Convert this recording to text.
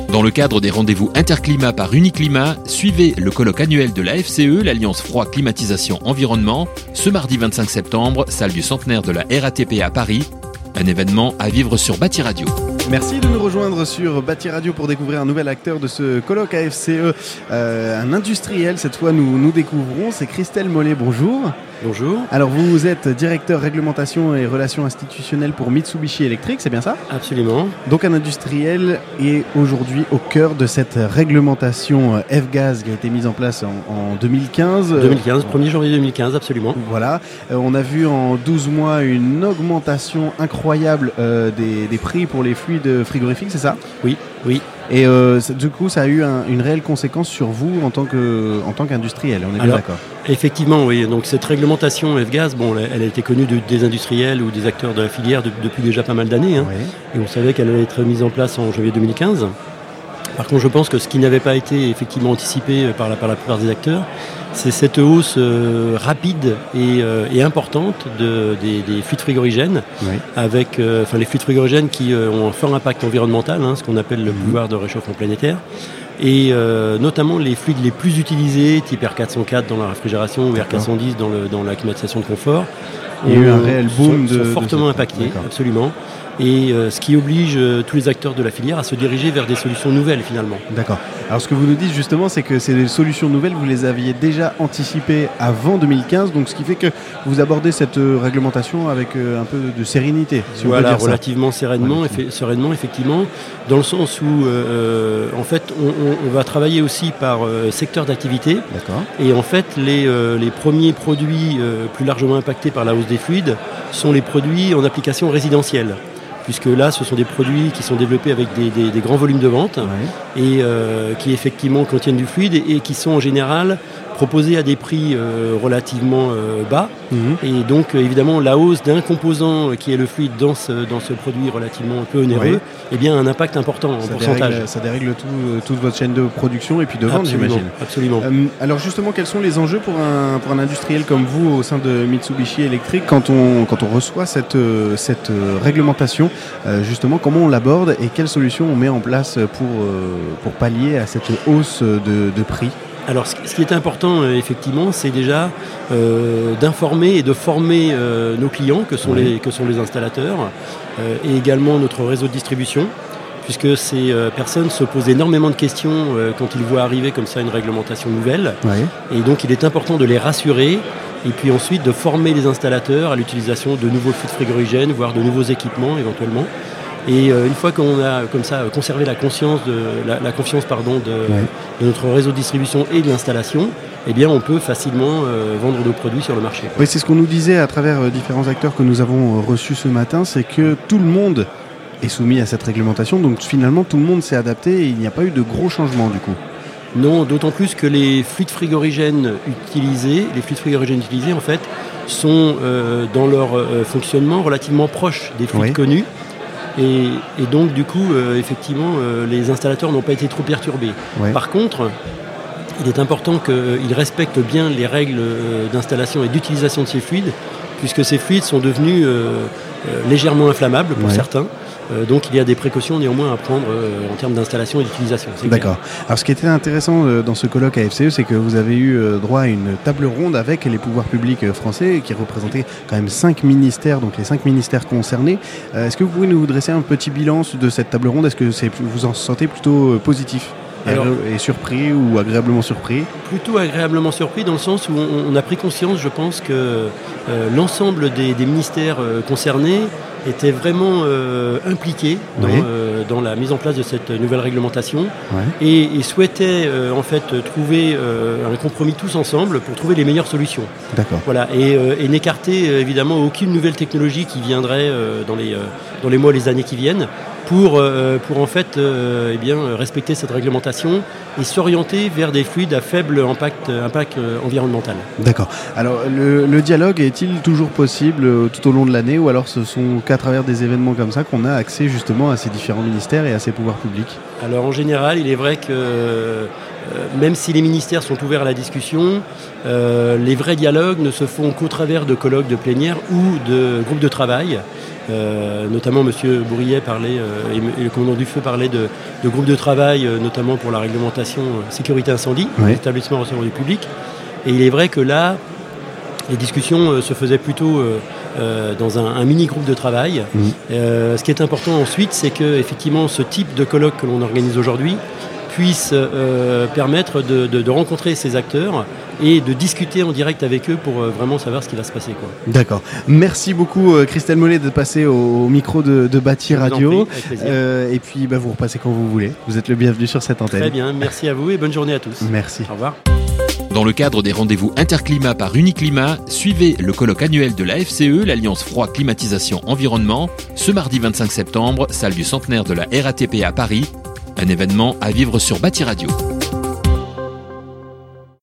Dans le cadre des rendez-vous Interclimat par Uniclimat, suivez le colloque annuel de la FCE, l'Alliance Froid Climatisation Environnement, ce mardi 25 septembre, salle du centenaire de la RATP à Paris. Un événement à vivre sur Bâti Radio. Merci de nous rejoindre sur Bâti Radio pour découvrir un nouvel acteur de ce colloque à FCE, un industriel. Cette fois, nous découvrons, c'est Christelle Mollet. Bonjour. Bonjour. Alors, vous êtes directeur réglementation et relations institutionnelles pour Mitsubishi Electric, c'est bien ça ? Absolument. Donc, un industriel est aujourd'hui au cœur de cette réglementation F-Gaz qui a été mise en place en 2015. 1er janvier 2015, absolument. Voilà. On a vu en 12 mois une augmentation incroyable des prix pour les fluides frigorifiques, c'est ça ? Oui. Et du coup, ça a eu une réelle conséquence sur vous en tant qu'industriel, on est bien d'accord ? Effectivement, oui. Donc cette réglementation F-Gaz, elle a été connue des industriels ou des acteurs de la filière depuis déjà pas mal d'années. Oui. Et on savait qu'elle allait être mise en place en janvier 2015. Par contre, je pense que ce qui n'avait pas été effectivement anticipé par la plupart des acteurs, c'est cette hausse rapide et importante des fluides frigorigènes, oui. avec les fluides frigorigènes qui ont un fort impact environnemental, ce qu'on appelle le pouvoir de réchauffement planétaire, et notamment les fluides les plus utilisés, type R404 dans la réfrigération ou R410 dans la climatisation de confort. Il y a eu un réel boom sont fortement impactés, D'accord. absolument. Et ce qui oblige tous les acteurs de la filière à se diriger vers des solutions nouvelles finalement. D'accord. Alors ce que vous nous dites justement, c'est que ces solutions nouvelles, vous les aviez déjà anticipées avant 2015, donc ce qui fait que vous abordez cette réglementation avec un peu de sérénité. Si voilà, on peut dire relativement sereinement, effectivement, dans le sens où en fait on va travailler aussi par secteur d'activité. D'accord. Et en fait les premiers produits plus largement impactés par la hausse des fluides sont les produits en application résidentielle. Puisque là, ce sont des produits qui sont développés avec des grands volumes de vente, ouais. Et qui effectivement contiennent du fluide et qui sont en général proposés à des prix relativement bas. Et donc évidemment la hausse d'un composant qui est le fluide dans ce produit relativement peu onéreux, a un impact important en pourcentage. Ça dérègle toute votre chaîne de production et puis de vente, j'imagine. Absolument. Alors justement, quels sont les enjeux pour un industriel comme vous au sein de Mitsubishi Electric quand on reçoit cette réglementation, justement comment on l'aborde et quelles solutions on met en place pour pallier à cette hausse de prix ? Alors ce qui est important effectivement, c'est déjà d'informer et de former nos clients que sont les installateurs et également notre réseau de distribution, puisque ces personnes se posent énormément de questions quand ils voient arriver comme ça une réglementation nouvelle. Et donc il est important de les rassurer et puis ensuite de former les installateurs à l'utilisation de nouveaux fluides frigorigènes, voire de nouveaux équipements éventuellement. Et une fois qu'on a comme ça conservé la confiance de notre réseau de distribution et de l'installation, on peut facilement vendre nos produits sur le marché. Oui, c'est ce qu'on nous disait à travers différents acteurs que nous avons reçus ce matin, c'est que tout le monde est soumis à cette réglementation, donc finalement tout le monde s'est adapté et il n'y a pas eu de gros changements du coup. Non, d'autant plus que les fluides frigorigènes utilisés en fait sont dans leur fonctionnement relativement proches des fluides connus. Et donc du coup, effectivement, les installateurs n'ont pas été trop perturbés. Par contre, il est important qu'ils respectent bien les règles d'installation et d'utilisation de ces fluides, puisque ces fluides sont devenus légèrement inflammables pour certains. Donc il y a des précautions néanmoins à prendre en termes d'installation et d'utilisation. D'accord. Alors ce qui était intéressant dans ce colloque à FCE, c'est que vous avez eu droit à une table ronde avec les pouvoirs publics français qui représentaient quand même 5 ministères, donc les 5 ministères concernés. Est-ce que vous pouvez nous dresser un petit bilan de cette table ronde ? Est-ce que vous en sentez plutôt positif ? Et surpris ou agréablement surpris ? Plutôt agréablement surpris dans le sens où on a pris conscience, je pense, que l'ensemble des ministères concernés étaient vraiment impliqués dans la mise en place de cette nouvelle réglementation et souhaitaient en fait trouver un compromis tous ensemble pour trouver les meilleures solutions. D'accord. Voilà, et n'écarter évidemment aucune nouvelle technologie qui viendrait dans les mois et les années qui viennent pour en fait respecter cette réglementation et s'orienter vers des fluides à faible impact environnemental. D'accord. Alors le dialogue est-il toujours possible tout au long de l'année ou alors ce sont qu'à travers des événements comme ça qu'on a accès justement à ces différents ministères et à ces pouvoirs publics ? Alors en général, il est vrai que même si les ministères sont ouverts à la discussion, les vrais dialogues ne se font qu'au travers de colloques de plénière ou de groupes de travail. Notamment M. Bourrillet parlait, et le commandant Dufeu parlait de groupes de travail, notamment pour la réglementation sécurité incendie, des établissements recevant du public. Et il est vrai que là, les discussions se faisaient plutôt dans un mini-groupe de travail. Ce qui est important ensuite, c'est que effectivement, ce type de colloque que l'on organise aujourd'hui puisse permettre de rencontrer ces acteurs et de discuter en direct avec eux pour vraiment savoir ce qui va se passer, quoi. D'accord. Merci beaucoup Christelle Mollet de passer au micro de Bâti Radio. Prie, avec plaisir. Et puis vous repassez quand vous voulez. Vous êtes le bienvenu sur cette antenne. Très bien, merci à vous et bonne journée à tous. Merci. Au revoir. Dans le cadre des rendez-vous Interclimat par Uniclimat, suivez le colloque annuel de la FCE, l'Alliance Froid Climatisation Environnement, ce mardi 25 septembre, salle du centenaire de la RATP à Paris. Un événement à vivre sur Bâti Radio.